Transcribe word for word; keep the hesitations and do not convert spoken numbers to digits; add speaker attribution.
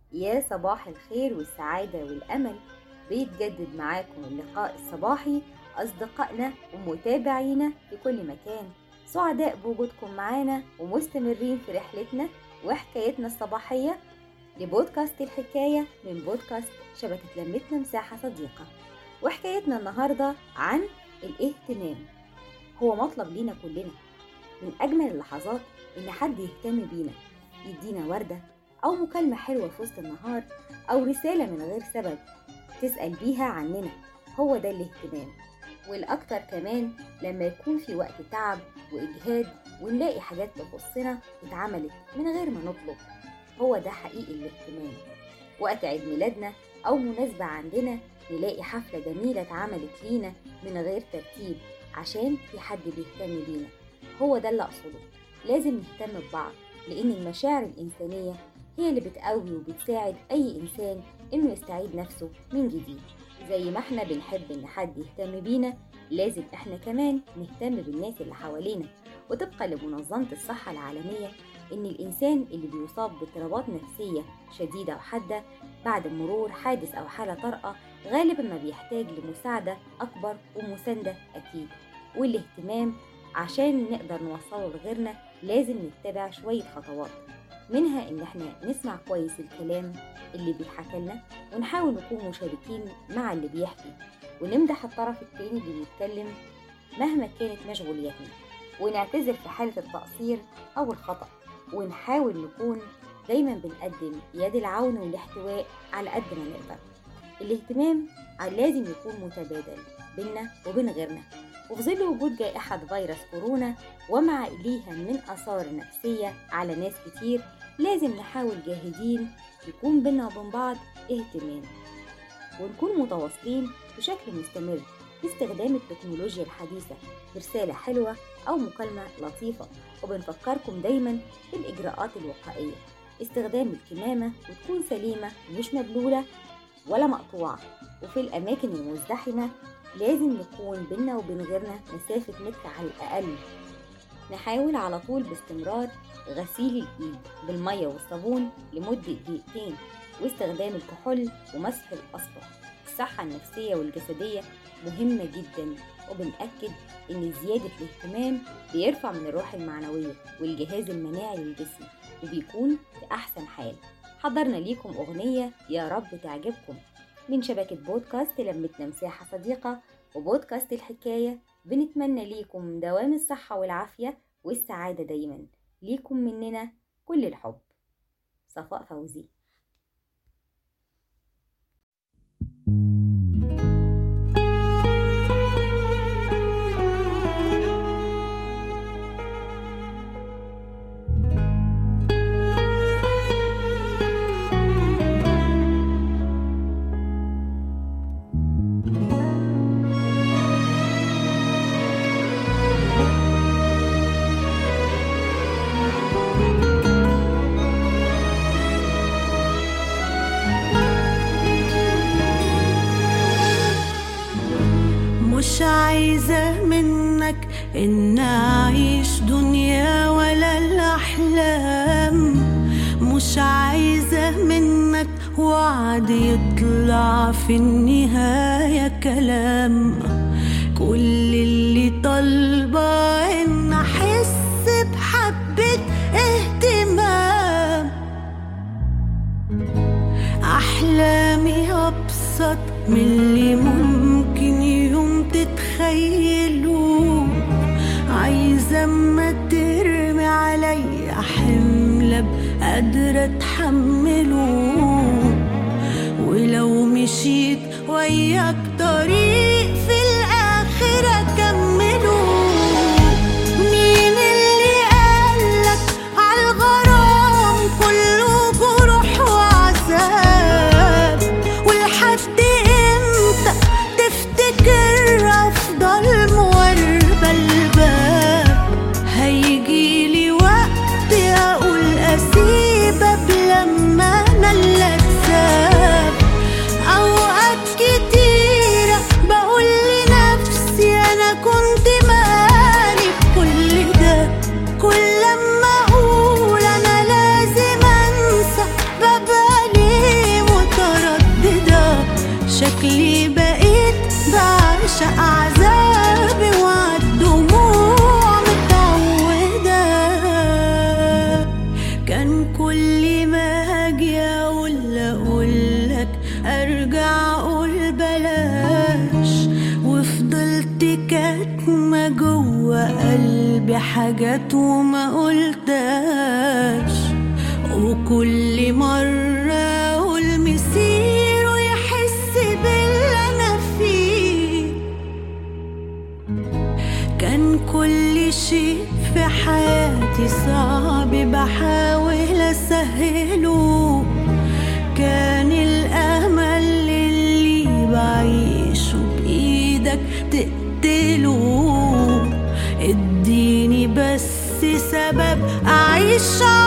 Speaker 1: يا صباح الخير والسعادة والأمل. بيتجدد معاكم اللقاء الصباحي أصدقائنا ومتابعينا في كل مكان، سعداء بوجودكم معانا ومستمرين في رحلتنا وحكايتنا الصباحية لبودكاست الحكاية من بودكاست شبكة لمتنا مساحة صديقة. وحكايتنا النهاردة عن الاهتمام، هو مطلب لينا كلنا. من أجمل اللحظات إن حد يهتم بينا، يدينا وردة أو مكالمة حلوة في وسط النهار أو رسالة من غير سبب تسأل بيها عننا، هو ده الاهتمام. والأكتر كمان لما يكون في وقت تعب وإجهاد ونلاقي حاجات تخصنا اتعملت من غير ما نطلب، هو ده حقيقي الاهتمام. وقت عيد ميلادنا أو مناسبة عندنا نلاقي حفلة جميلة اتعملت لينا من غير ترتيب عشان في حد بيهتم بينا، هو ده اللي أقصده. لازم نهتم ببعض، لأن المشاعر الإنسانية هي اللي بتقوي وبتساعد أي إنسان إنه يستعيد نفسه من جديد. زي ما احنا بنحب إن حد يهتم بينا، لازم احنا كمان نهتم بالناس اللي حوالينا. وطبقا لمنظمة الصحة العالمية إن الإنسان اللي بيصاب باضطرابات نفسية شديدة وحادة بعد مرور حادث أو حالة طارئة غالبا ما بيحتاج لمساعدة أكبر ومساندة أكيد. والاهتمام عشان نقدر نوصله لغيرنا لازم نتبع شوية خطوات، منها إن احنا نسمع كويس الكلام اللي بيتحكى لنا ونحاول نكون مشاركين مع اللي بيحكي، ونمدح الطرف التاني اللي بيتكلم مهما كانت مشغولياتنا، ونعتذر في حالة التقصير أو الخطأ، ونحاول نكون دايما بنقدم يد العون والاحتواء على قد ما نقدر. الاهتمام لازم يكون متبادل بيننا وبين غيرنا. وفي ظل وجود جائحة فيروس كورونا ومع إليها من آثار نفسية على ناس كتير، لازم نحاول جاهدين يكون بيننا وبين بعض اهتمام، ونكون متواصلين بشكل مستمر باستخدام التكنولوجيا الحديثة برسالة حلوة أو مكالمة لطيفة. وبنفكركم دايما بالإجراءات الوقائية، استخدام الكمامة وتكون سليمة ومش مبلولة ولا مقطوعة. وفي الأماكن المزدحمة لازم نكون بيننا وبين غيرنا مسافة متر على الأقل. نحاول على طول باستمرار غسيل الإيد بالمية والصابون لمدة دقيقتين، واستخدام الكحول ومسح الأسطح. الصحة النفسية والجسدية مهمة جدا، وبنأكد إن زيادة الاهتمام بيرفع من الروح المعنوية والجهاز المناعي للجسم، وبيكون في أحسن حال. حضرنا ليكم أغنية يا رب تعجبكم من شبكة بودكاست لمتنا مساحة صديقة وبودكاست الحكاية. بنتمنى ليكم دوام الصحة والعافية والسعادة دايما. ليكم مننا كل الحب. صفاء فوزي.
Speaker 2: مش عايزة منك إن أعيش دنيا ولا الأحلام، مش عايزة منك وعد يطلع في النهاية كلام. كل اللي طالبة إن أحس بحبة اهتمام. أحلامي أبسط من اللي ممكن يوم تتخيلوا. عايزة اما ترمي علي حمل قادرة اتحمله، ولو مشيت وياك طريق في الآخر أكمله. مين اللي قالك عالغرام كله جروح وعذاب؟ ولحد امتى تفتكر افضل مواربة الباب؟ هيجيلي وقت اقول اسيبك لما انا اللي اتساب. اوقات كتيرة بقول لنفسي انا ارجع اقول بلاش، وفضلت كاتمة جوه قلبي حاجات وما قلتاش. وكل مرة اقول مسيره يحس باللي انا فيه. كان كل شيء في حياتي صعب بحاول اسهله، كان الامل اللي بعيشه بايدك تقتله. اديني بس سبب اعيش